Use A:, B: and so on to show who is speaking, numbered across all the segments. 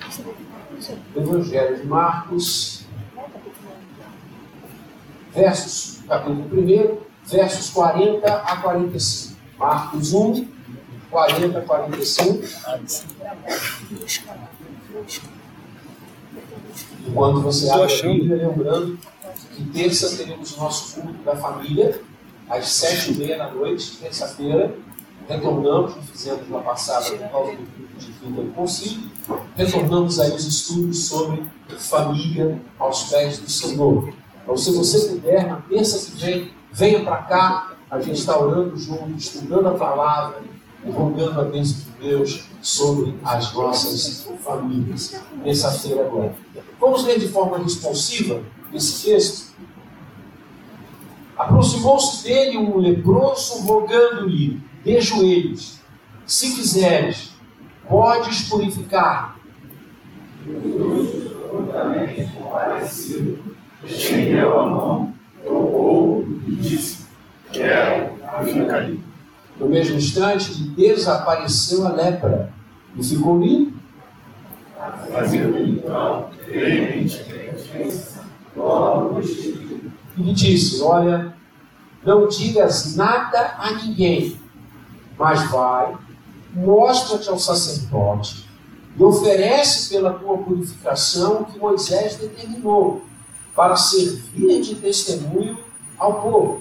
A: Evangelho de Marcos, capítulo 1, versos 40 a 45. Marcos 1, 40 a 45. E quando você abre a Bíblia, lembrando que terça teremos o nosso culto da família, às 7h30 da noite, terça-feira. Retornamos, não fizemos na passada por causa do culto de fim do concílio. Retornamos aí os estudos sobre família aos pés do Senhor. Então, se você puder, na terça que vem, venha para cá. A gente está orando junto, estudando a palavra e rogando a bênção de Deus sobre as nossas famílias. Terça-feira agora. Vamos ler de forma responsiva esse texto. Aproximou-se dele um leproso, rogando-lhe de joelhos: se quiseres, podes purificar.
B: Jesus, prontamente comparecido, estendeu a mão, tocou e disse: quero, fica-lhe.
A: No mesmo instante, desapareceu a lepra e ficou limpo.
B: Fazendo então, veemente, logo vestido.
A: E lhe disse: olha, não digas nada a ninguém, mas vai, mostra-te ao sacerdote e oferece pela tua purificação o que Moisés determinou, para servir de testemunho ao povo.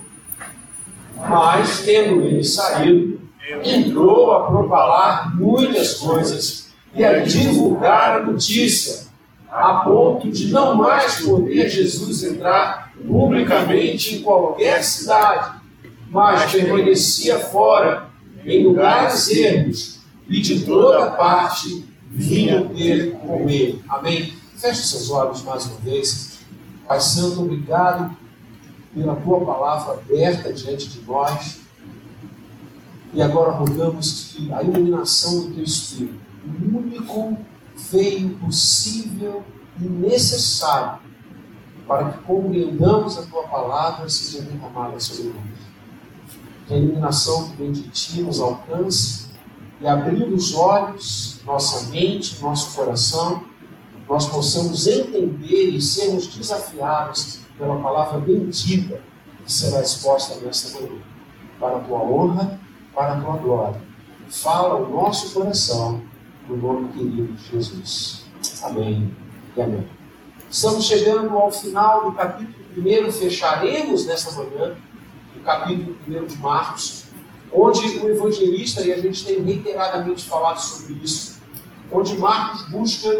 A: Mas, tendo ele saído, entrou a propalar muitas coisas e a divulgar a notícia, a ponto de não mais poder Jesus entrar publicamente em qualquer cidade, mas permanecia fora, em lugares ermos, e de toda parte vinham ter com ele. Amém? Feche seus olhos mais uma vez. Pai Santo, obrigado pela tua palavra aberta diante de nós. E agora rogamos que a iluminação do teu Espírito, o único veio possível e necessário para que compreendamos a tua palavra, seja derramada sobre nós. Que a iluminação que vem de ti nos alcance e, abrindo os olhos, nossa mente, nosso coração, nós possamos entender e sermos desafiados pela palavra bendita que será exposta nesta manhã, para a tua honra, para a tua glória. Fala o nosso coração, no nome querido de Jesus. Amém e amém. Estamos chegando ao final do capítulo 1, fecharemos nesta manhã o capítulo 1 de Marcos, onde o evangelista, e a gente tem reiteradamente falado sobre isso, onde Marcos busca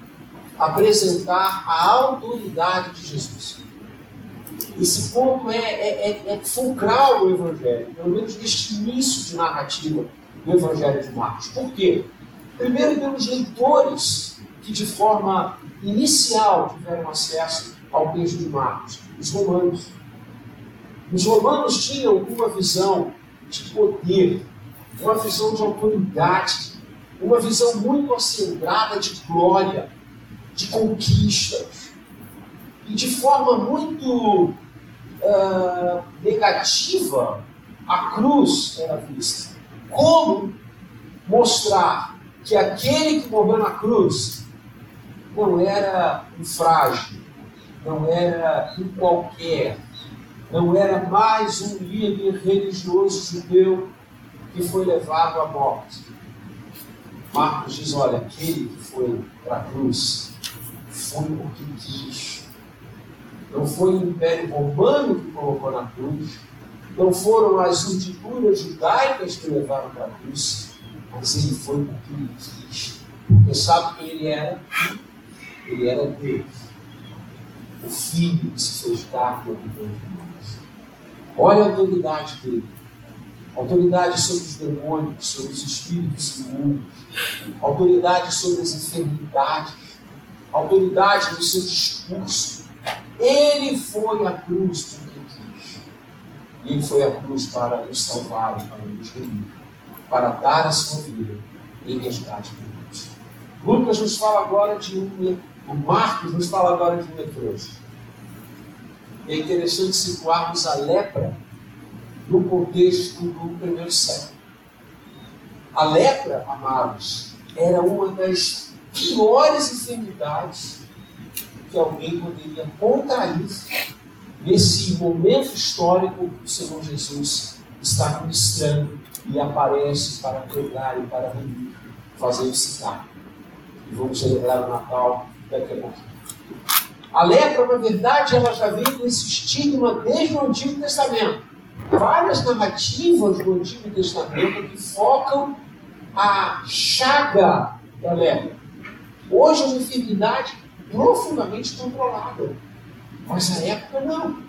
A: apresentar a autoridade de Jesus. Esse ponto é fulcral no Evangelho, pelo menos neste início de narrativa do Evangelho de Marcos. Por quê? Primeiro, pelos leitores que de forma inicial tiveram acesso ao texto de Marcos, os romanos. Os romanos tinham uma visão de poder, uma visão de autoridade, uma visão muito acendrada de glória, de conquistas. E de forma muito negativa, a cruz era vista. Como mostrar que aquele que morreu na cruz não era um frágil, não era um qualquer, não era mais um líder religioso judeu que foi levado à morte. Marcos diz: olha, aquele que foi para a cruz foi porque quis. Não foi o Império Romano que colocou na cruz, não foram as undiduras judaicas que levaram para a cruz, mas ele foi porque ele quis. Porque sabe quem ele era? Ele era Deus, o Filho que se fez carne de Deus. Olha a autoridade dele. Autoridade sobre os demônios, sobre os espíritos imundos, autoridade sobre as enfermidades, autoridade no seu discurso. Ele foi à cruz porque quis. E ele foi à cruz para nos salvar, para nos redimir, para dar a sua vida em resgate por nós. Lucas nos fala agora o Marcos nos fala agora de um leproso. É interessante situarmos a lepra no contexto do primeiro século. A lepra, amados, era uma das piores enfermidades que alguém poderia contrair nesse momento histórico que o Senhor Jesus está ministrando e aparece para pregar e para fazer o citar. E vamos celebrar o Natal daqui a pouquinho. A lepra, na verdade, ela já vem com esse estigma desde o Antigo Testamento. Várias narrativas do Antigo Testamento que focam a chaga da lepra. Hoje é uma enfermidade profundamente controlada, mas na época não.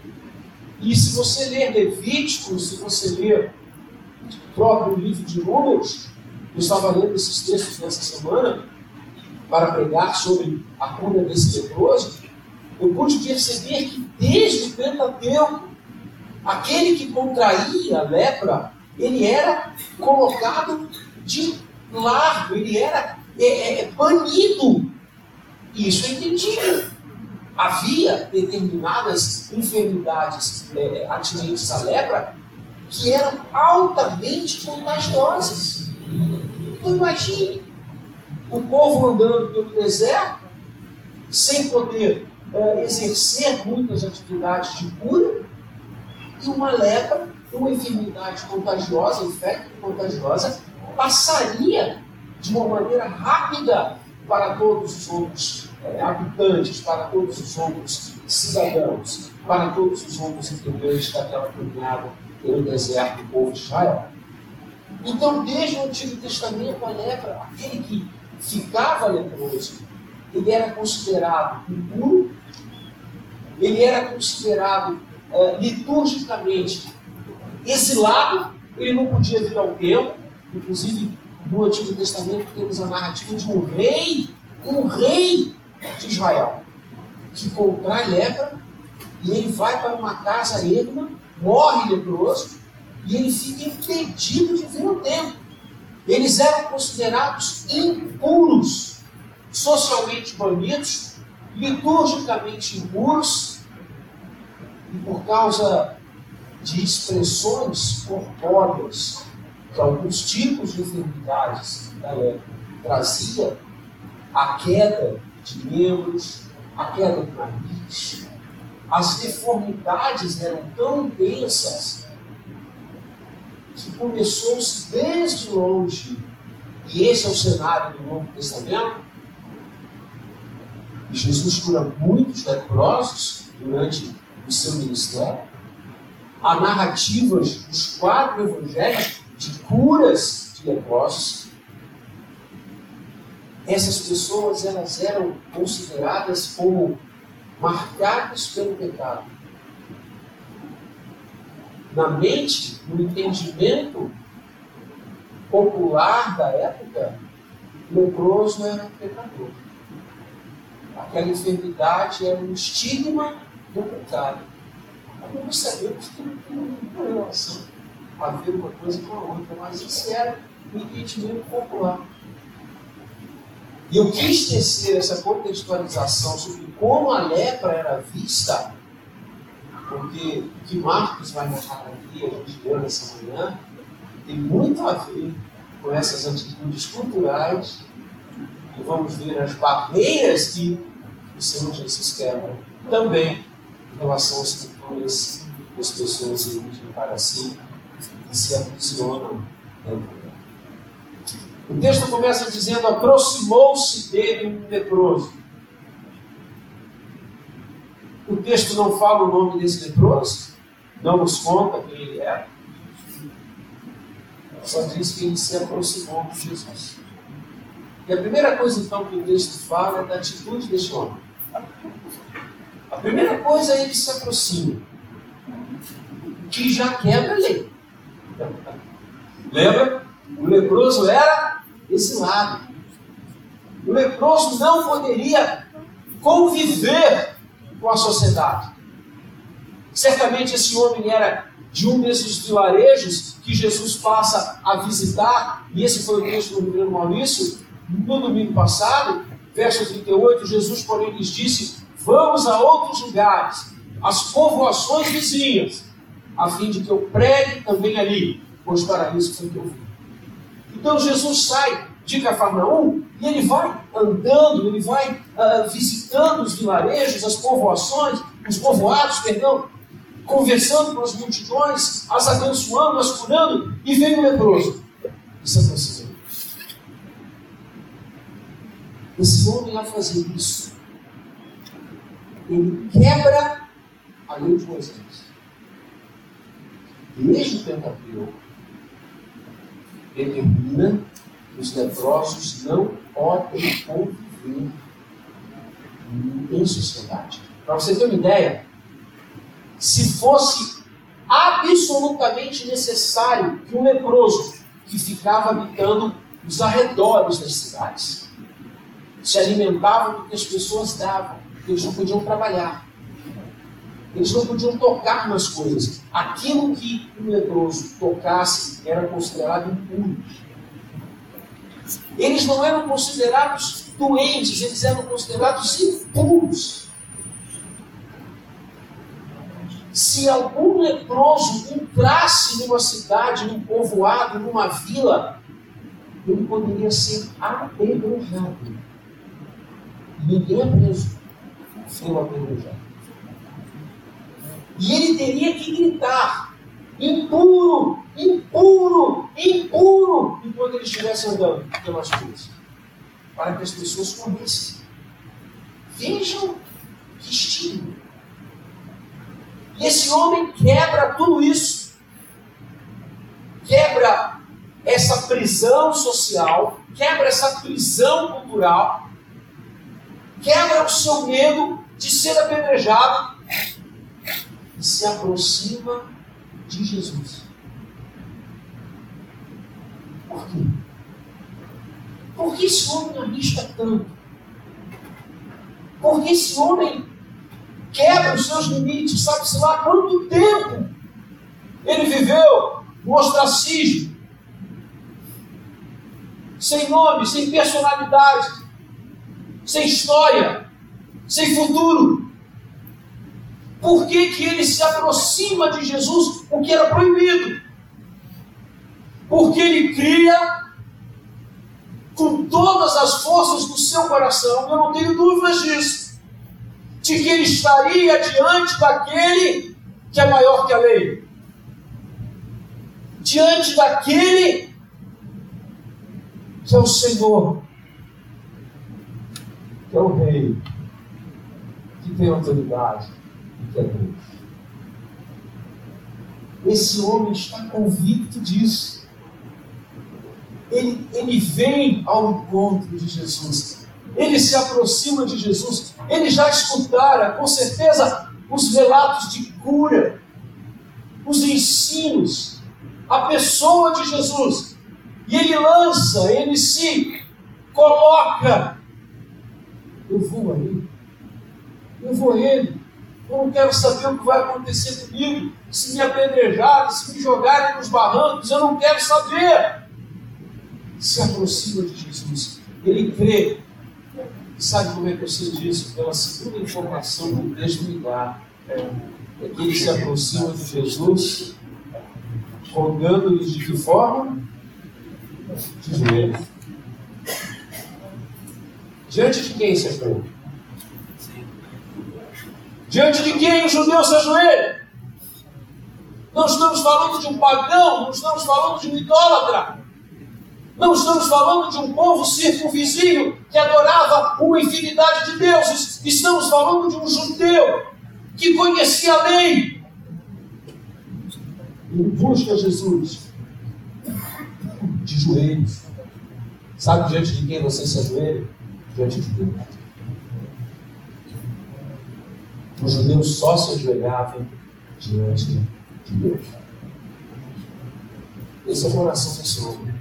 A: E se você ler Levítico, se você ler o próprio livro de Números, eu estava lendo esses textos nessa semana para pregar sobre a cura desse leproso, eu pude perceber que desde o Pentateuco, aquele que contraía a lepra, ele era colocado de lado, ele era banido. E isso é entendido. Havia determinadas enfermidades atinentes à lepra que eram altamente contagiosas. Então imagine o povo andando pelo deserto, sem poder exercer muitas atividades de cura, e uma lepra, uma enfermidade contagiosa, infecto contagiosa, passaria de uma maneira rápida para todos os outros habitantes, para todos os outros cidadãos, para todos os outros integrantes daquela caminhada pelo deserto do povo de Israel. Então, desde o Antigo Testamento, a lepra, aquele que ficava leproso, ele era considerado impuro, ele era considerado liturgicamente exilado, ele não podia vir ao templo. Inclusive, no Antigo Testamento temos a narrativa de um rei de Israel, que contrai lepra, e ele vai para uma casa erma, morre leproso, e ele fica impedido de vir ao templo. Eles eram considerados impuros, socialmente banidos, liturgicamente impuros, e por causa de expressões corpóreas que alguns tipos de enfermidades da lepra trazia, a queda de membros, a queda do nariz, as deformidades eram tão intensas que começou-se desde longe, e esse é o cenário do Novo Testamento. E Jesus cura muitos leprosos durante o seu ministério. Há narrativas dos 4 evangelhos de curas de leprosos. Essas pessoas, elas eram consideradas como marcadas pelo pecado. Na mente, no entendimento popular da época, o leproso era um pecador. Aquela enfermidade era um estigma do pecado. Mas nós sabemos que não tem relação a ver uma coisa com a outra, mas isso era o entendimento popular. E eu quis tecer essa contextualização sobre como a lepra era vista, porque o que Marcos vai narrar aqui, a gente deu nessa manhã, tem muito a ver com essas atitudes culturais, e vamos ver as barreiras que o Senhor Jesus quebra também em relação às culturas das pessoas de origem para si, que se aprisionam. O texto começa dizendo: aproximou-se dele um leproso. O texto não fala o nome desse leproso, não nos conta quem ele é, só diz que ele se aproximou de Jesus. E a primeira coisa então que o texto fala é da atitude deste homem. A primeira coisa é ele se aproxima, que já quebra a lei. Lembra? O leproso era exilado. O leproso não poderia conviver com a sociedade. Certamente esse homem era de um desses vilarejos que Jesus passa a visitar, e esse foi o texto do Reverendo Maurício, no domingo passado, verso 38, Jesus, porém, lhes disse: vamos a outros lugares, às povoações vizinhas, a fim de que eu pregue também ali, pois para isso foi que eu vim. Então Jesus sai de Cafarnaum, e ele vai andando, ele vai visitando os vilarejos, as povoações, os povoados, conversando com as multidões, as abençoando, as curando, e vem o leproso. Isso é possível. Esse homem, ao fazer isso, ele quebra a lei de Moisés. Desde o Pentateuco, determina que os leprosos não podem conviver em sociedade. Para você ter uma ideia, se fosse absolutamente necessário que um leproso que ficava habitando os arredores das cidades se alimentava do que as pessoas davam, eles não podiam trabalhar, eles não podiam tocar nas coisas. Aquilo que um leproso tocasse era considerado impuro. Eles não eram considerados doentes, eles eram considerados impuros. Se algum leproso entrasse numa cidade, num povoado, numa vila, ele poderia ser apedrejado. Ninguém é preso, foi apedrejado. E ele teria que gritar: impuro, impuro, impuro, enquanto ele estivesse andando pelas ruas, para que as pessoas comessem. Vejam que estímulo. E esse homem quebra tudo isso, quebra essa prisão social, quebra essa prisão cultural, quebra o seu medo de ser apedrejado e se aproxima de Jesus. Por quê? Por que esse homem arrisca tanto? Por que esse homem quebra os seus limites? Sabe-se lá quanto tempo ele viveu no ostracismo, sem nome, sem personalidade, sem história, sem futuro. Por que que ele se aproxima de Jesus, o que era proibido? Porque ele cria com todas as forças do seu coração, eu não tenho dúvidas disso, de que ele estaria diante daquele que é maior que a lei, diante daquele que é o Senhor, que é o Rei, que tem autoridade e que é Deus. Esse homem está convicto disso. Ele vem ao encontro de Jesus. Ele se aproxima de Jesus. Ele já escutara, com certeza, os relatos de cura, os ensinos, a pessoa de Jesus. E ele lança, ele se coloca. Eu vou ali. Eu vou a ele. Eu não quero saber o que vai acontecer comigo. Se me apedrejarem, se me jogarem nos barrancos, eu não quero saber. Se aproxima de Jesus. Ele crê. Sabe como é que eu sei disso? Pela segunda informação que o texto me dá. É que ele se aproxima de Jesus, rogando-lhe de que forma? De joelho. Diante de quem se ajoelha? Diante de quem o judeu se ajoelha? Não estamos falando de um pagão, não estamos falando de um idólatra. Não estamos falando de um povo circunvizinho que adorava uma infinidade de deuses. Estamos falando de um judeu que conhecia a lei. E busca Jesus de joelhos. Sabe diante de quem você se ajoelha? Diante de Deus. Os judeus só se ajoelhavam diante de Deus. Essa é a oração desse homem.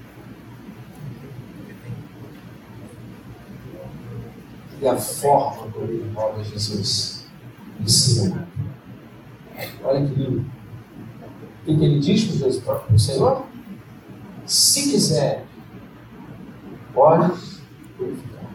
A: E a forma como ele roga Jesus ensina. Olha que lindo. O que ele diz para o Senhor? Se quiser, pode purificar.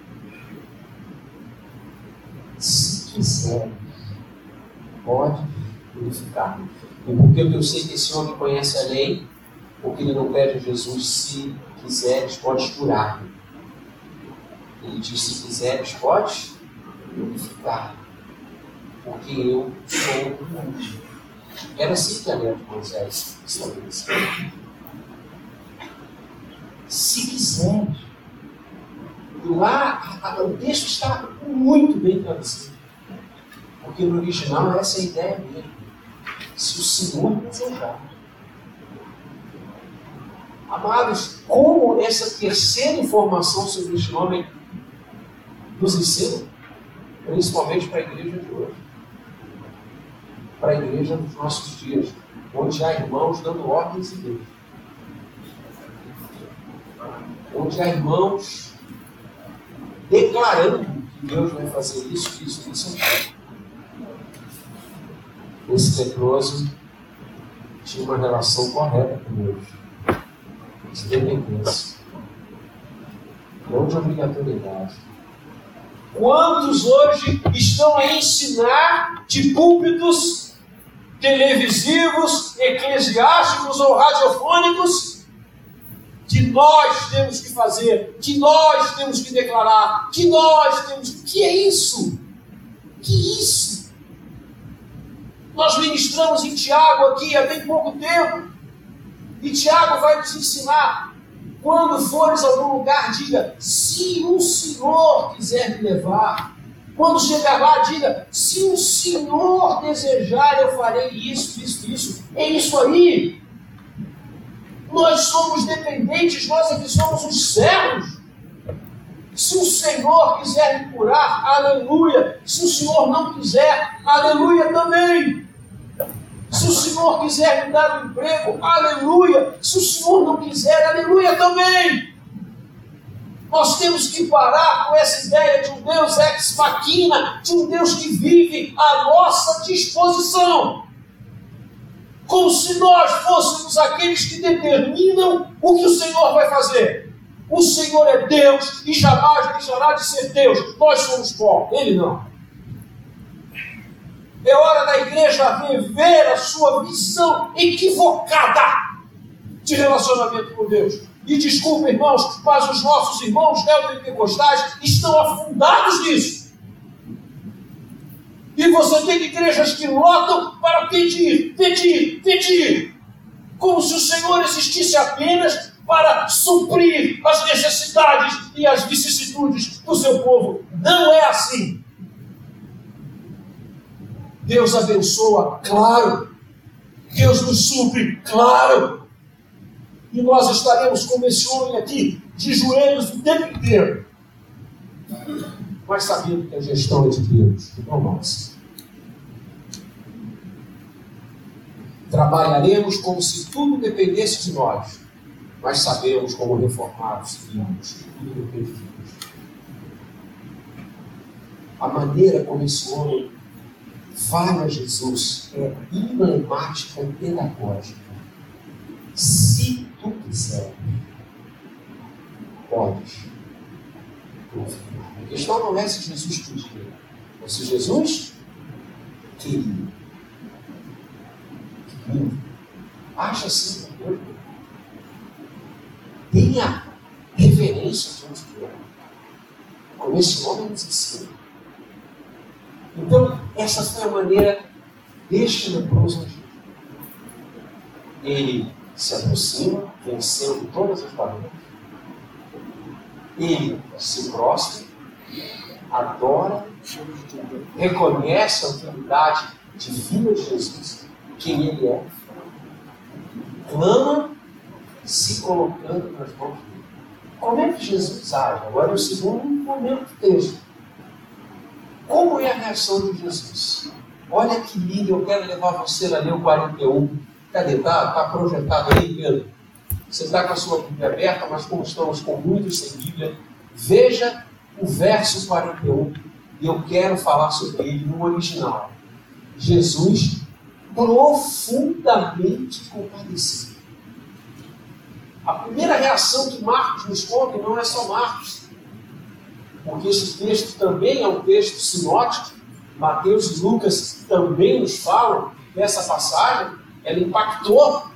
A: Se quiser, pode purificar. E por que eu sei que esse homem conhece a lei? Porque ele não pede a Jesus se quiseres, podes curar. Ele diz, se quiseres, podes purificar. Porque eu sou o único. Era assim que a lei de Moisés estabeleceu. Se quiseres. E lá, o texto está muito bem traduzido. Porque no original essa é a ideia mesmo. Se o Senhor desejar. Amados, como essa terceira informação sobre este nome nos ensina, principalmente para a igreja de hoje, para a igreja dos nossos dias, onde há irmãos dando ordens em Deus, onde há irmãos declarando que Deus vai fazer isso, isso, isso. Esse leproso tinha uma relação correta com Deus, de dependência, não de obrigatoriedade. Quantos hoje estão a ensinar de púlpitos televisivos, eclesiásticos ou radiofônicos que nós temos que fazer, que nós temos que declarar, que nós temos... Que é isso? Que isso? Nós ministramos em Tiago aqui há bem pouco tempo, e Tiago vai nos ensinar: quando fores a algum lugar, diga, se o Senhor quiser me levar. Quando chegar lá, diga, se o Senhor desejar, eu farei isso, isso, isso. É isso aí. Nós somos dependentes, nós aqui somos os servos. Se o Senhor quiser me curar, aleluia. Se o Senhor não quiser, aleluia também. Se o Senhor quiser me dar um emprego, aleluia. Se o Senhor não quiser, aleluia também. Nós temos que parar com essa ideia de um Deus ex machina, de um Deus que vive à nossa disposição. Como se nós fôssemos aqueles que determinam o que o Senhor vai fazer. O Senhor é Deus e jamais deixará de ser Deus. Nós somos pó, Ele não. É hora da igreja rever a sua visão equivocada de relacionamento com Deus. E desculpa, irmãos, mas os nossos irmãos neopentecostais estão afundados nisso. E você tem igrejas que lotam para pedir, pedir, pedir. Como se o Senhor existisse apenas para suprir as necessidades e as vicissitudes do seu povo. Não é assim. Deus abençoa, claro. Deus nos supre, claro. E nós estaremos como esse homem aqui, de joelhos o tempo inteiro. Mas sabendo que a gestão é de Deus, não nossa. Trabalharemos como se tudo dependesse de nós, mas sabemos como reformados seguimos, tudo depende de Deus. A maneira como esse homem vai a Jesus é emblemática e pedagógica. Se tu quiser, podes. A questão não é se Jesus podia, é se Jesus queria. Acha assim, Deus. Tenha reverência diante de Deus. Como esse homem nos ensina. Então, essa foi a maneira deste leproso agir. Ele se aproxima, vencendo todas as barreiras. Ele se prostra, adora, reconhece a autoridade divina de Jesus, quem Ele é, clama, se colocando nas mãos dele. Como é que Jesus age? Agora é o segundo momento do texto. Como é a reação de Jesus? Olha que lindo, eu quero levar você a ler o 41. Cadê? Está projetado aí, Pedro? Você está com a sua Bíblia aberta, mas como estamos com muitos sem Bíblia, veja o verso 41. E eu quero falar sobre ele no original. Jesus profundamente compadecido. A primeira reação que Marcos nos conta, não é só Marcos, porque esse texto também é um texto sinótico. Mateus e Lucas também nos falam dessa passagem. Ela impactou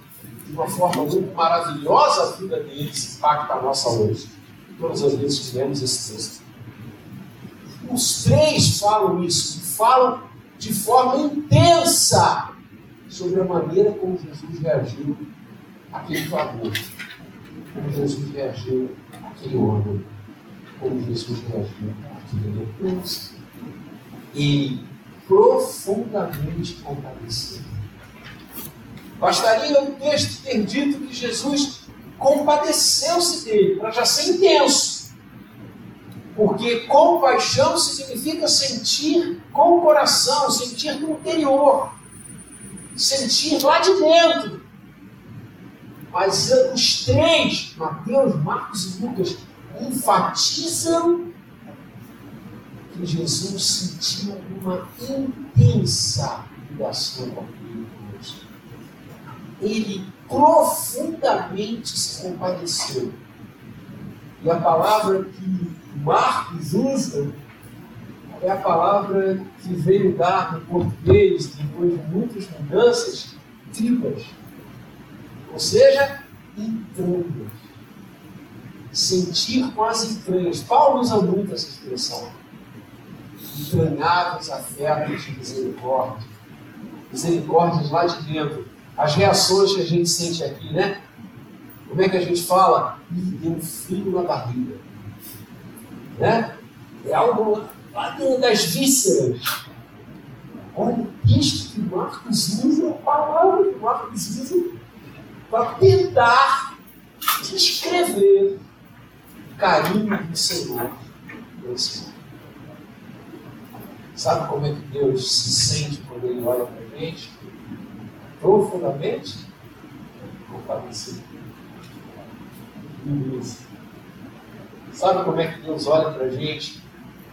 A: de uma forma muito maravilhosa a vida deles, impacta a nossa hoje. Todas as vezes que lemos esse texto. Os três falam isso, e falam de forma intensa sobre a maneira como Jesus reagiu àquele clamor, como Jesus reagiu àquele homem, como Jesus reagiu àquele leproso. Ele profundamente compadeceu. Bastaria o texto ter dito que Jesus compadeceu-se dele, para já ser intenso. Porque compaixão significa sentir com o coração, sentir no interior, sentir lá de dentro. Mas os três, Mateus, Marcos e Lucas, enfatizam que Jesus sentiu uma intensa ligação com aquele Deus. Ele profundamente se compadeceu. E a palavra que Marcos usa é a palavra que veio dar no português, depois de muitas mudanças, tripas. Ou seja, entranhas. Sentir com as entranhas. Paulo usa muito essa expressão. Entranhados afetos de misericórdia. Misericórdias lá de dentro. As reações que a gente sente aqui, né? Como é que a gente fala? Deu um frio na barriga. Né? É algo lá dentro das vísceras. Olha o texto que Marcos usa, a palavra que Marcos usa para tentar descrever o carinho do Senhor. Sabe como é que Deus se sente quando Ele olha para a gente? Profundamente compadecido. Sabe como é que Deus olha para a gente?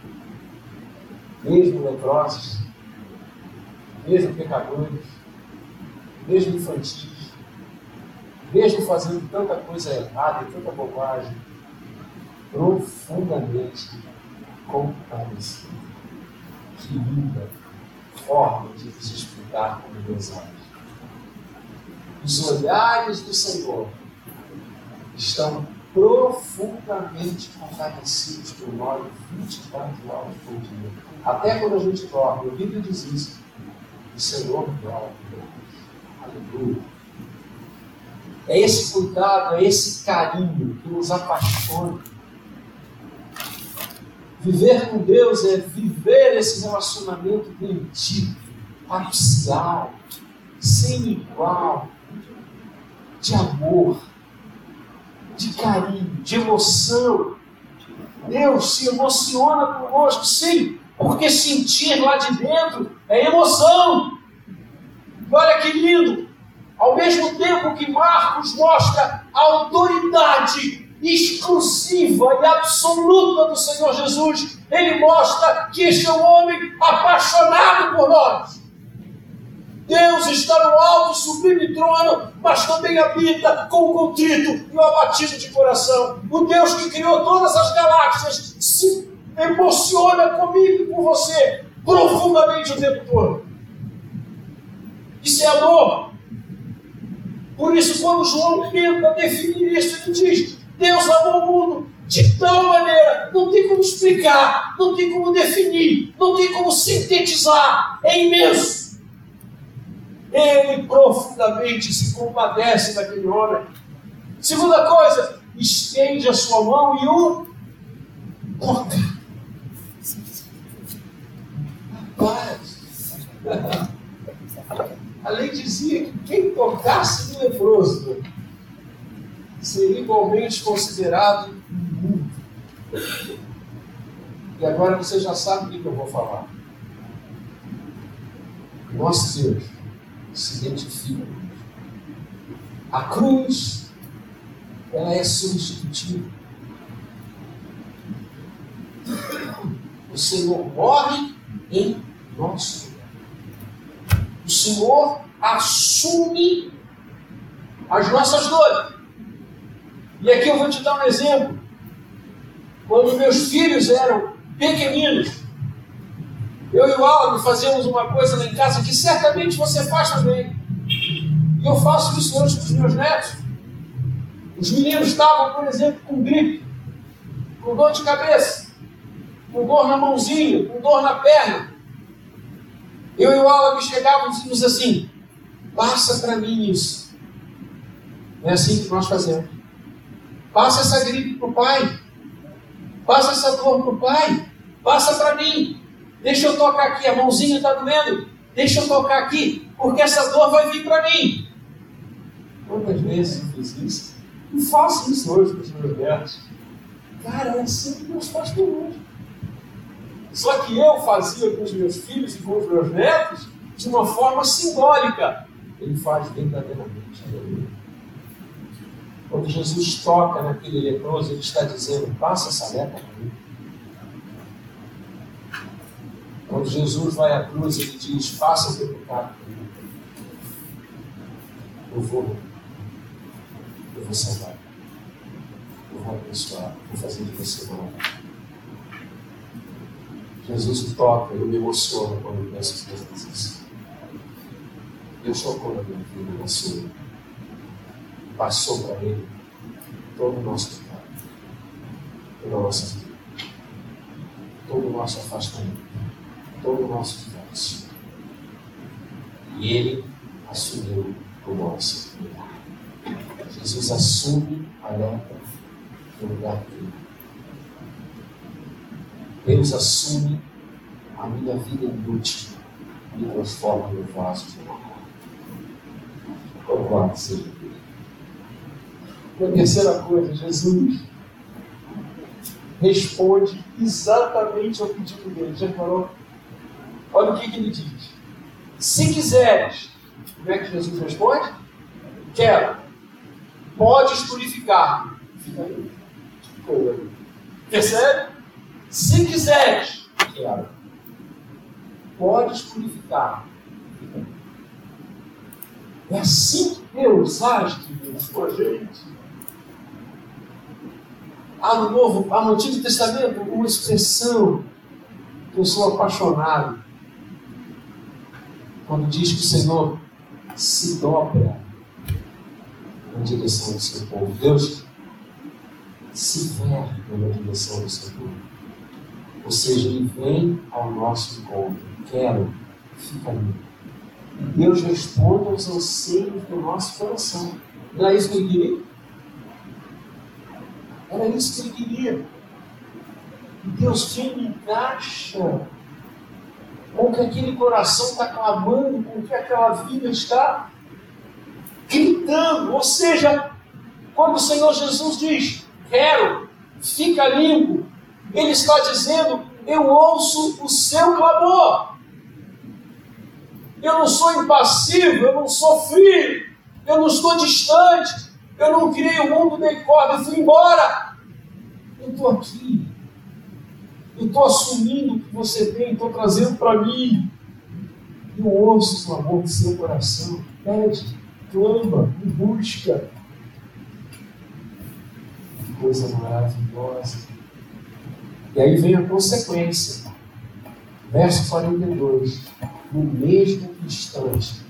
A: Mesmo leprosos, mesmo pecadores, mesmo infantis, mesmo fazendo tanta coisa errada e tanta bobagem, profundamente compadecido. Que linda forma de nos explicar como Deus age. Os olhares do Senhor estão profundamente compadecidos por nós 24 horas por dia. Até quando a gente dorme, a Bíblia diz isso. O Senhor dorme. Aleluia. É esse cuidado, é esse carinho que nos apaixona. Viver com Deus é viver esse relacionamento bendito, parcial, sem igual, de amor, de carinho, de emoção. Deus se emociona conosco, sim, porque sentir lá de dentro é emoção. E olha que lindo, ao mesmo tempo que Marcos mostra a autoridade exclusiva e absoluta do Senhor Jesus, ele mostra que este é um homem apaixonado por nós. Deus está no alto, sublime trono, mas também habita com o contrito e o abatido de coração. O Deus que criou todas as galáxias se emociona comigo e com você profundamente o tempo todo. Isso é amor. Por isso, quando João tenta definir isso, ele diz: Deus amou o mundo de tal maneira, não tem como explicar, não tem como definir, não tem como sintetizar, é imenso. Ele profundamente se compadece daquele homem. Segunda coisa, estende a sua mão e o toca. Rapaz, a lei dizia que quem tocasse no leproso seria igualmente considerado imundo. E agora você já sabe o que eu vou falar. Nosso Deus se identifica. A cruz, ela é substitutiva. O Senhor morre em nosso lugar. O Senhor assume as nossas dores. E aqui eu vou te dar um exemplo. Quando meus filhos eram pequeninos, eu e o Alan fazíamos uma coisa lá em casa que certamente você faz também. E eu faço isso hoje com os meus netos. Os meninos estavam, por exemplo, com gripe, com dor de cabeça, com dor na mãozinha, com dor na perna. Eu e o Alan chegávamos e dizíamos assim: passa para mim isso. É assim que nós fazemos. Passa essa gripe para o pai. Passa essa dor para o pai. Passa para mim. Deixa eu tocar aqui. A mãozinha está doendo. Deixa eu tocar aqui. Porque essa dor vai vir para mim. Quantas vezes eu fiz isso? E faço isso hoje com os meus netos. Cara, é assim que Deus faz conosco. Só que eu fazia com os meus filhos e com os meus netos de uma forma simbólica. Ele faz verdadeiramente. Quando Jesus toca naquele leproso, ele está dizendo: passa essa lepra para mim. Quando Jesus vai à cruz, ele diz: faça o teu pecado para mim. Eu vou salvar. Eu vou abençoar. Vou fazer de você mal. Jesus me toca, eu me emociono quando eu peço as coisas isso. Deus tocou na minha vida, na sua. Passou para Ele todo o nosso pecado, toda a nossa vida, todo o nosso afastamento, todo o nosso divórcio. E Ele assumiu o nosso lugar. Jesus assume a lepra no lugar dele. Deus assume a minha vida inútil e me transforma no vaso de honra. Louvado seja Deus. E a terceira coisa, Jesus responde exatamente ao pedido dele. Já falou? Olha o que ele diz. Se quiseres, como é que Jesus responde? Quero. Podes purificar-me. Fica aí. Percebe? Se quiseres, quero. Podes purificar-me. É assim que Deus age, queridos, com a gente. Há no Antigo Testamento uma expressão que eu sou apaixonado, quando diz que o Senhor se dobra na direção do seu povo. Deus se verte na direção do seu povo. Ou seja, Ele vem ao nosso encontro. Quero, fica ali. E Deus responde aos anseios do nosso coração. Não é isso que Ele queria? Era isso que Ele queria. E Deus vem e encaixa com o que aquele coração está clamando, com o que aquela vida está gritando. Ou seja, quando o Senhor Jesus diz: quero, fica limpo, Ele está dizendo: eu ouço o seu clamor. Eu não sou impassível, eu não sou frio, eu não estou distante, eu não criei o mundo de corda e fui embora. Eu estou aqui. Eu estou assumindo o que você tem, estou trazendo para mim. Eu ouço o clamor do seu coração. Pede, clama, me busca. Que coisa maravilhosa. E aí vem a consequência. Verso 42. No mesmo instante,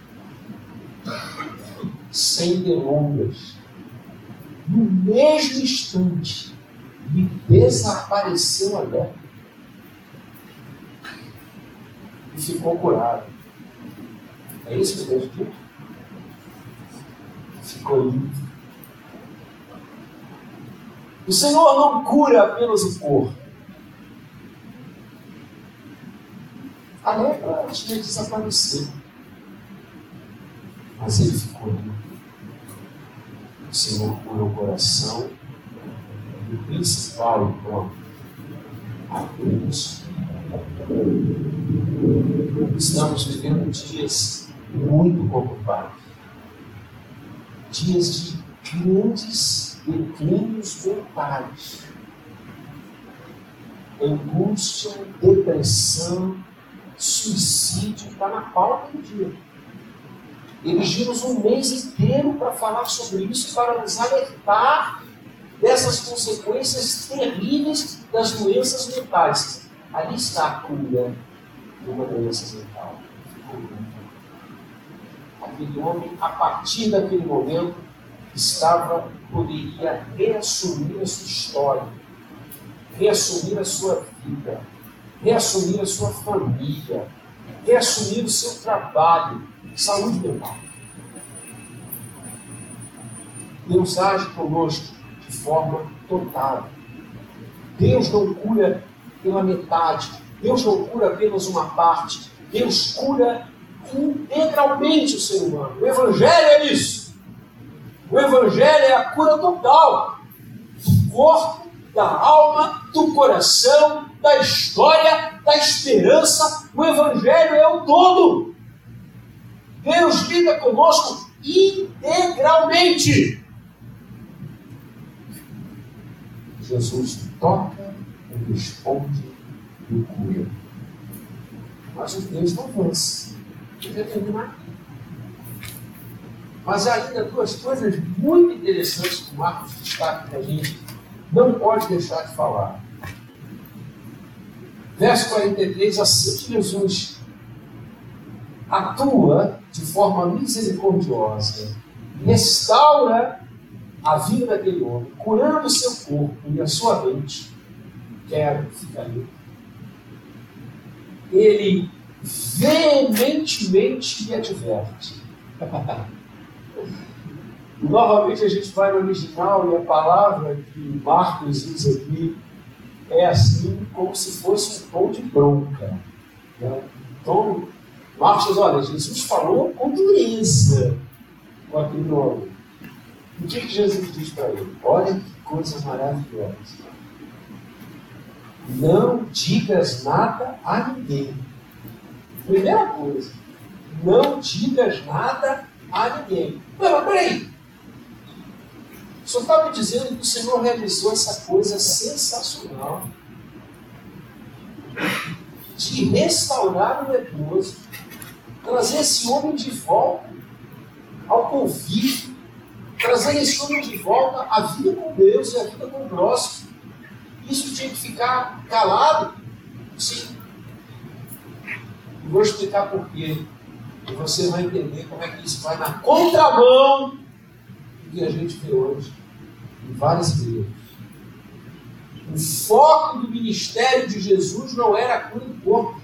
A: sem delongas, no mesmo instante, me desapareceu a lepra e ficou curado. É isso que Deus disse? Ficou limpo. O Senhor não cura apenas o corpo. A lepra tinha desaparecido, mas ele ficou limpo. O Senhor cura o coração. E o principal, então, a cruz. Estamos vivendo dias muito conturbados. Dias de grandes declínios mentais. Angústia, depressão, suicídio, está na pauta do dia. Elegimos um mês inteiro para falar sobre isso, para nos alertar dessas consequências terríveis das doenças mentais. Ali está a cura de uma doença mental. Ali aquele homem, a partir daquele momento, poderia reassumir a sua história, reassumir a sua vida, reassumir a sua família, reassumir o seu trabalho, saúde mental. Deus age conosco de forma total. Deus não cura pela metade. Deus não cura apenas uma parte. Deus cura integralmente o ser humano. O Evangelho é isso. O Evangelho é a cura total do corpo, da alma, do coração, da história, da esperança. O Evangelho é o todo. Deus lida conosco integralmente. Jesus toca e responde e cura. Mas o Deus não avança. Ele vai terminar aqui. Mas há ainda duas coisas muito interessantes que o Marcos destaca que a gente não pode deixar de falar. Verso 43, assim que Jesus atua de forma misericordiosa, restaura a vida daquele homem, curando o seu corpo e a sua mente, quero ficar ali. Ele veementemente lhe adverte. Novamente a gente vai no original e a palavra que Marcos usa aqui é assim como se fosse um tom de bronca. Então, Marcos diz, olha, Jesus falou com dureza com aquele homem. O que Jesus diz para ele? Olha que coisas maravilhosas. Não digas nada a ninguém. Primeira coisa, não digas nada a ninguém. Mas peraí. O senhor está me dizendo que o Senhor realizou essa coisa sensacional de restaurar o leproso, trazer esse homem de volta ao convívio, trazer esse homem de volta à vida com Deus e à vida com o próximo. Isso tinha que ficar calado? Sim. E vou explicar por quê. E você vai entender como é que isso vai na contramão do que a gente vê hoje em várias igrejas. O foco do ministério de Jesus não era a cura do corpo.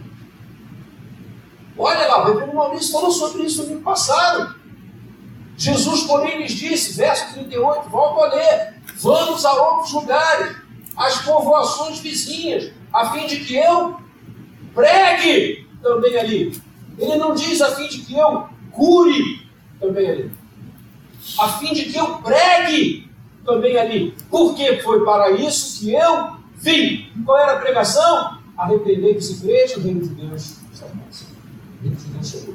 A: Olha lá, o reverendo Maurício falou sobre isso no domingo passado. Jesus, porém, lhes disse, verso 38, volto a ler, vamos a outros lugares, às povoações vizinhas, a fim de que eu pregue também ali. Ele não diz a fim de que eu cure também ali. A fim de que eu pregue também ali. Porque foi para isso que eu vim. Qual era a pregação? Arrependei-vos e crede, o reino de Deus está próximo. O reino de Deus chegou.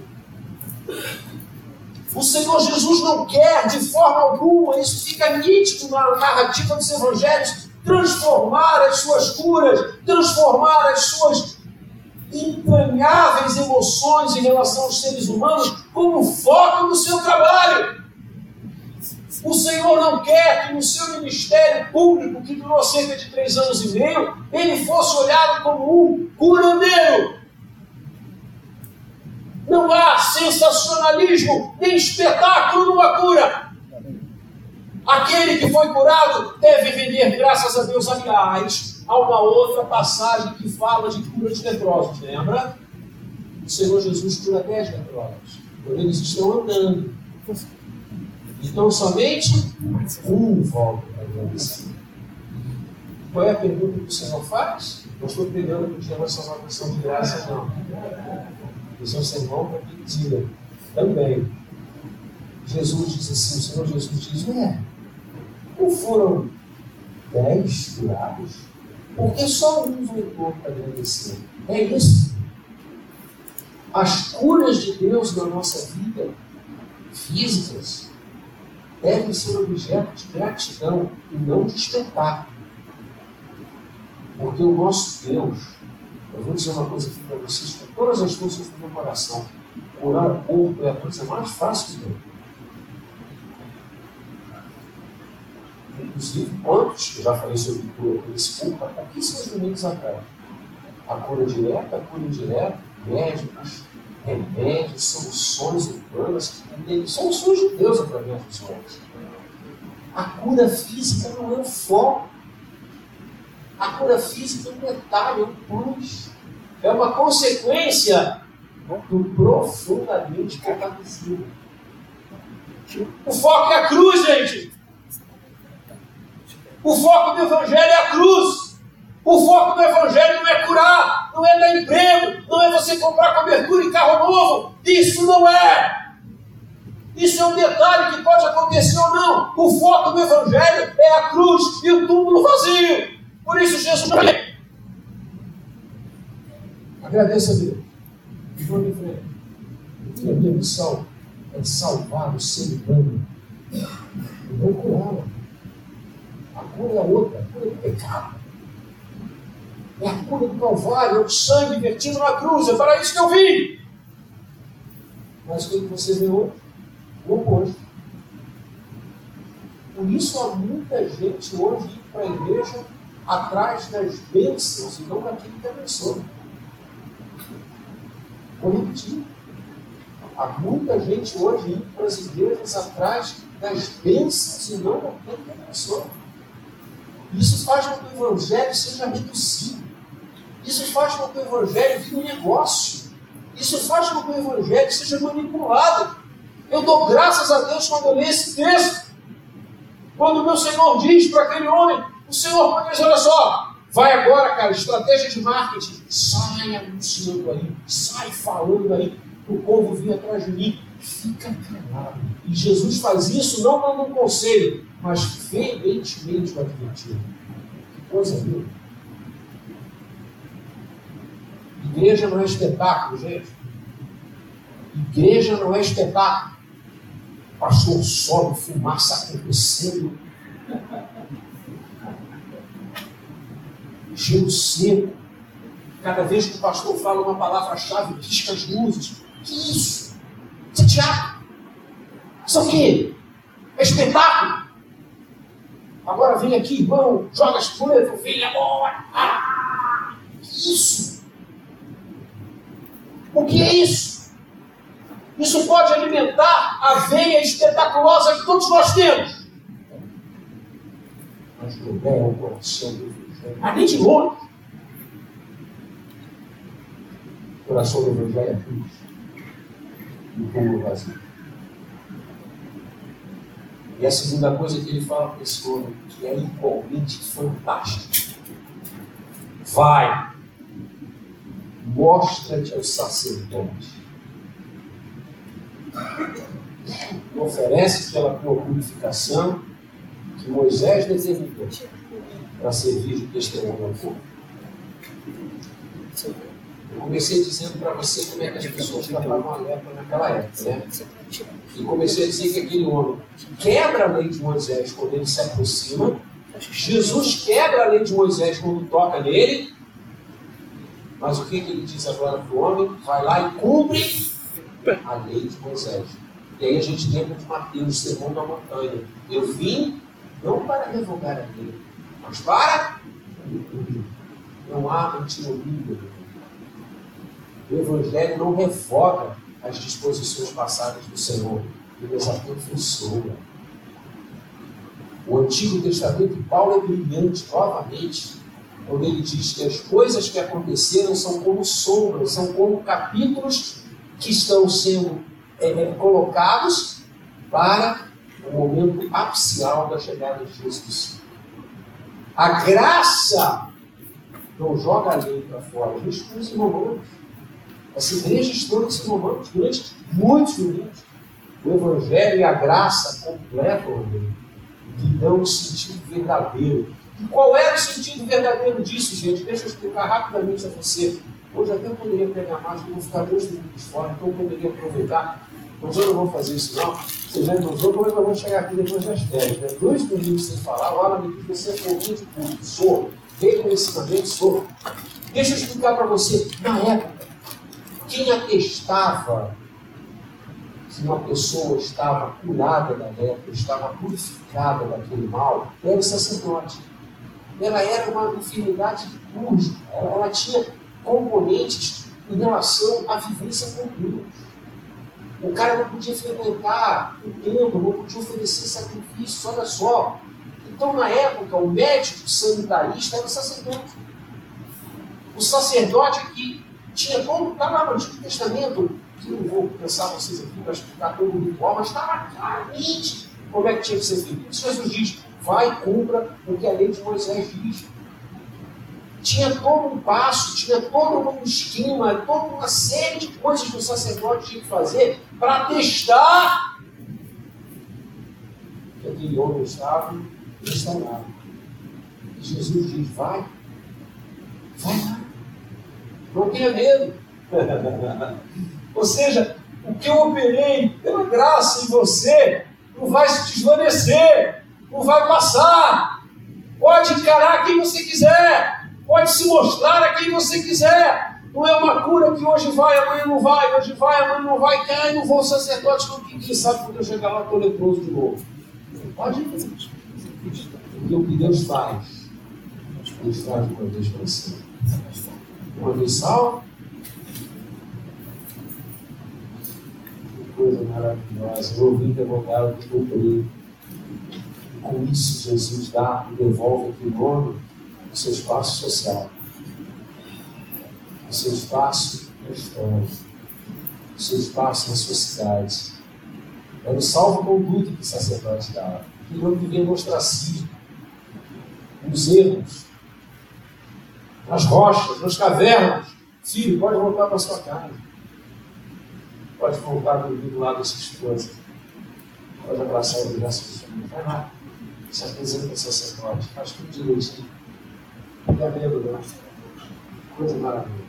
A: O Senhor Jesus não quer de forma alguma, isso fica nítido na narrativa dos evangelhos, transformar as suas curas, transformar as suas entranháveis emoções em relação aos seres humanos como foco do seu trabalho. O Senhor não quer que no seu ministério público, que durou cerca de 3 anos e meio, ele fosse olhado como um curandeiro. Não há sensacionalismo nem espetáculo numa cura. Aquele que foi curado deve render graças a Deus. Aliás, há uma outra passagem que fala de cura de leprosos, lembra? O Senhor Jesus cura 10 leprosos, quando eles estão andando. Então somente um volta para agradecer. Qual é a pergunta que o Senhor faz? Não estou pregando porque é uma salvação de graça, não. Esse é um sermão para quem tira também. Jesus diz assim, o Senhor Jesus diz, não foram 10 curados? Porque só um voltou para agradecer. É isso. As curas de Deus na nossa vida, físicas, devem ser objeto de gratidão e não de espetáculo. Porque o nosso Deus, eu vou dizer uma coisa aqui para vocês, com todas as forças do meu coração, curar o corpo é a coisa mais fácil de ver. Inclusive, quantos, eu já falei sobre cura por esse corpo, há pouquíssimos domingos atrás. A cura direta, médicos, remédios, soluções humanas, soluções de Deus através dos homens. A cura física não é o foco. A cura física é um detalhe, é um plus. É uma consequência do profundamente cataclismo. O foco é a cruz, gente. O foco do Evangelho é a cruz. O foco do Evangelho não é curar, não é dar emprego, não é você comprar cobertura e carro novo. Isso não é. Isso é um detalhe que pode acontecer ou não. O foco do Evangelho é a cruz e o túmulo vazio. Por isso Jesus não é. Agradeça a Deus. E vamos em frente. Porque a minha missão é salvar o ser humano. E não curá-lo. A cura é outra, a cura do pecado. É a cura do Calvário, é o sangue vertido na cruz. É para isso que eu vim. Mas o que você vê hoje? O oposto. Por isso há muita gente hoje indo para a igreja atrás das bênçãos e não daquilo que abençoa. Vou repetir. Há muita gente hoje indo para as igrejas atrás das bênçãos e não daquilo que abençoa. Isso faz com que o Evangelho seja reduzido. Isso faz com que o Evangelho vire um negócio. Isso faz com que o Evangelho seja manipulado. Eu dou graças a Deus quando eu leio esse texto. Quando o meu Senhor diz para aquele homem, o Senhor diz, olha só, vai agora, cara, estratégia de marketing, sai anunciando aí, sai falando aí, o povo vir atrás de mim, fica calado. E Jesus faz isso não dando um conselho, mas veementemente o advertindo. Que coisa linda. Igreja não é espetáculo, gente. Igreja não é espetáculo. Pastor sobe, fumaça acontecendo. Gelo seco. Cada vez que o pastor fala uma palavra-chave, pisca as luzes. Que isso? Isso é teatro. Isso é o quê? É espetáculo. Agora vem aqui, irmão, joga as coisas, vem agora. Que isso? O que é isso? Isso pode alimentar a veia espetaculosa que todos nós temos. Mas não é o coração do Evangelho. Nem de longe. O coração do Evangelho é cruz. E o túmulo vazio. E a segunda coisa que ele fala para esse homem, que é igualmente fantástico. Vai, mostra-te ao sacerdote. Oferece pela tua purificação que Moisés determinou para servir de testemunho ao povo. Eu comecei dizendo para você como é que as pessoas tratavam a lepra naquela época, né? E comecei a dizer que aquele homem quebra a lei de Moisés quando ele se aproxima. Jesus quebra a lei de Moisés quando toca nele. Mas o que ele diz agora para o homem? Vai lá e cumpre a lei de Moisés. E aí a gente lembra de Mateus, Sermão da Montanha. Eu vim não para revogar a lei, mas para cumprir. Não há antinomia. O Evangelho não revoga as disposições passadas do Senhor. Ele as aperfeiçoa. O Antigo Testamento de Paulo é brilhante, novamente, quando ele diz que as coisas que aconteceram são como sombras, são como capítulos que estão sendo colocados para o momento apical da chegada de Jesus. A graça não joga a lei para fora, a gente não se enrolamos. As igrejas todas se enrolamos durante muitos minutos. O Evangelho e a graça completam a lei, que dão o sentido verdadeiro. E qual era o sentido verdadeiro disso, gente? Deixa eu explicar rapidamente a você. Hoje até eu poderia pegar mais, eu vou ficar 2 minutos fora, então eu poderia aproveitar. Mas eu não vou fazer isso não. Você já imaginou como é que eu vou chegar aqui depois das férias? Né? 2 minutos sem falar, olha, me diz, você é pouquinho de tudo. Sou. Tem conhecimento, sou. Deixa eu explicar para você. Na época, quem atestava que uma pessoa estava curada da lepra, estava purificada daquele mal, era o sacerdote. Ela era uma enfermidade litúrgica, ela tinha componentes em relação à vivência com Deus. O cara não podia frequentar o templo, não podia oferecer sacrifícios, olha só. Então, na época, o médico sanitarista era o sacerdote. O sacerdote que tinha como, está lá no Antigo Testamento, que não vou pensar vocês aqui para explicar todo o ritual, mas estava claramente como é que tinha que ser feito. Jesus diz, vai e cumpra o que a lei de Moisés diz. Tinha todo um passo, tinha todo um esquema, toda uma série de coisas que o sacerdote tinha que fazer para testar que aquele homem estava restaurado. E Jesus diz, vai lá, não tenha medo. Ou seja, o que eu operei pela graça em você não vai se desvanecer, não vai passar. Pode encarar quem você quiser. Pode se mostrar a quem você quiser. Não é uma cura que hoje vai, amanhã não vai, hoje vai, amanhã não vai. Ai, não vou ao sacerdote, não. Quem sabe quando eu chegar lá, estou leproso de novo. Pode ir. Porque o que Deus faz, Deus faz de uma vez para sempre. Uma vez salvo. Que coisa maravilhosa. Eu ouvi interrogar o que eu creio. Com isso, Jesus dá e devolve aquele homem o seu espaço social, o seu espaço na história, o seu espaço na sua cidade. Era o salvo-conduto que o sacerdote dava. Que não vivia no ostracismo, nos erros, nas rochas, nas cavernas. Filho, pode voltar para sua casa. Pode voltar a dormir do lado da sua esposa. Pode abraçar e ligar sua família. Vai lá. Se apresenta ao sacerdote. Faz tudo direitinho. Não é medo, não. Coisa maravilhosa.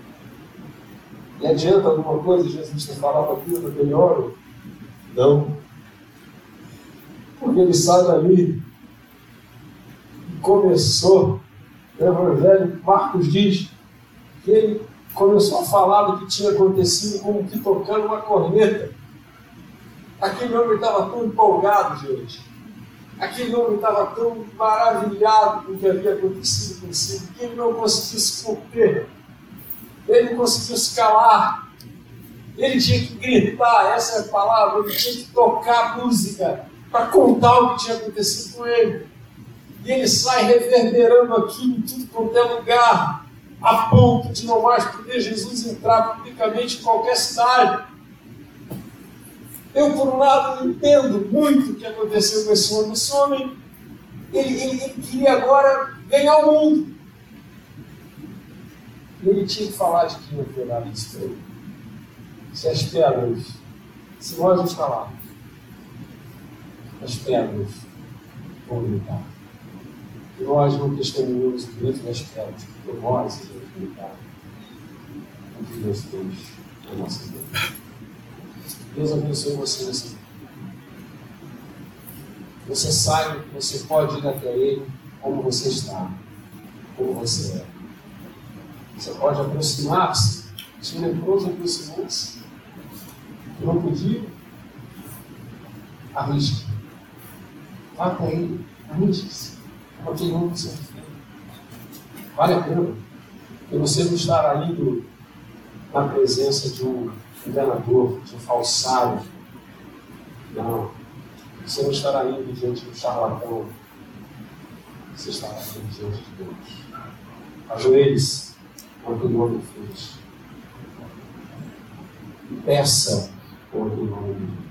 A: E adianta alguma coisa Jesus ter falado aquilo naquele homem? Não. Porque ele sai dali e começou, o Evangelho, Marcos diz, que ele começou a falar do que tinha acontecido como que tocando uma corneta. Aquele homem estava tão empolgado, gente. Aquele homem estava tão maravilhado com o que havia acontecido consigo, que ele não conseguiu se conter, ele não conseguiu se calar, ele tinha que gritar, essa é a palavra, ele tinha que tocar música para contar o que tinha acontecido com ele. E ele sai reverberando aquilo em tudo quanto é lugar, a ponto de não mais poder Jesus entrar publicamente em qualquer cidade. Eu, por um lado, entendo muito o que aconteceu com esse homem. Esse homem, ele queria agora ganhar o mundo. E ele tinha que falar de quem havia dado isso para ele. Se as pedras, se nós nos falarmos, as pedras vão gritar. E nós não testemunhamos o grito das pedras, porque nós iremos gritar o que Deus fez na nossa vida. Deus abençoe você nesse dia. Você saiba que você pode ir até Ele como você está, como você é. Você pode aproximar-se. Se o leproso aproximou-se, não podia, arrisque. Vá até Ele, arrisque-se. Porque não você fez. Vale a pena. Porque você não estará indo na presença de um enganador, de um falsário. Não. Você não estará indo diante do charlatão. Você estará indo diante de Deus. Ajoelhe-se, como aquele homem fez. E peça, como aquele homem fez.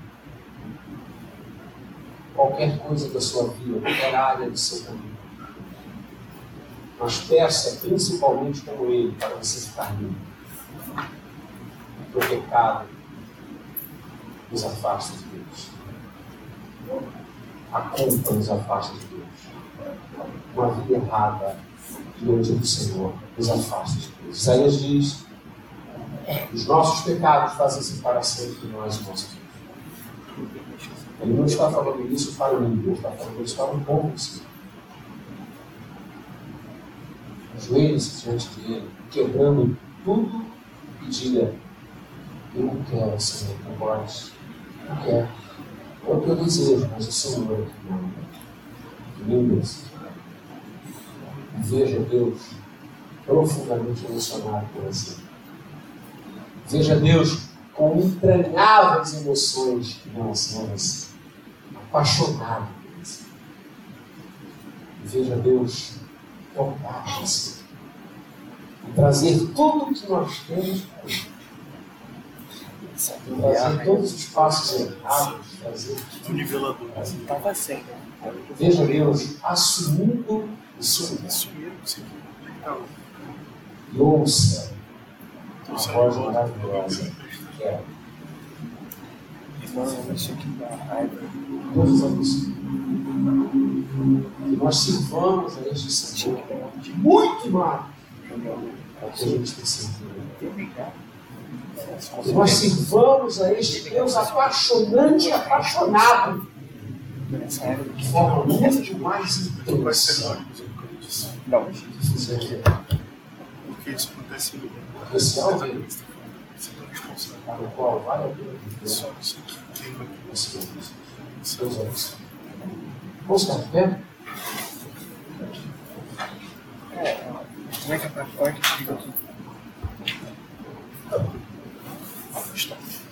A: Qualquer coisa da sua vida, qualquer área do seu caminho. Mas peça principalmente como Ele, para você ficar limpo. O pecado nos afasta de Deus. A culpa nos afasta de Deus. Uma vida errada diante do Senhor nos afasta de Deus. Isaías diz: os nossos pecados fazem separação entre nós e o nosso Deus. Ele não está falando isso para mim, ele está falando isso para um povo do Senhor. Ajoelhe-se diante dele, quebrando tudo e diga: eu não quero, Senhor, com voz. Não quero. É o que eu desejo, mas o Senhor é que manda. Que linda-se. Veja Deus profundamente emocionado por você. Veja Deus com entranháveis emoções em relação a você. Apaixonado por você. Veja Deus tocar você. E trazer tudo o que nós temos para Ele. Trazer todos os passos errados. Trazer
B: O nivelador.
C: Estava sem.
A: Veja Deus assumindo o seu
B: Assumiram isso aqui.
A: e ouça a voz maravilhosa que é
C: Mano, isso aqui dá raiva.
A: todos os anos. Que nós sirvamos a este Senhor muito mais do que a gente precisa. Que nós sirvamos a este Deus apaixonante e apaixonado de forma muito mais
B: Vai ser
A: intensa.
B: ônibus por causa disso.
C: Não.
B: Porque isso acontece no
A: Esse áudio
B: Você está responsável.
A: para o qual vale a pena
B: Só isso aqui. Quem vai
A: Deus é isso. Vamos ficar de pé?
C: Como é que é pra fora que fica aqui?
B: Está.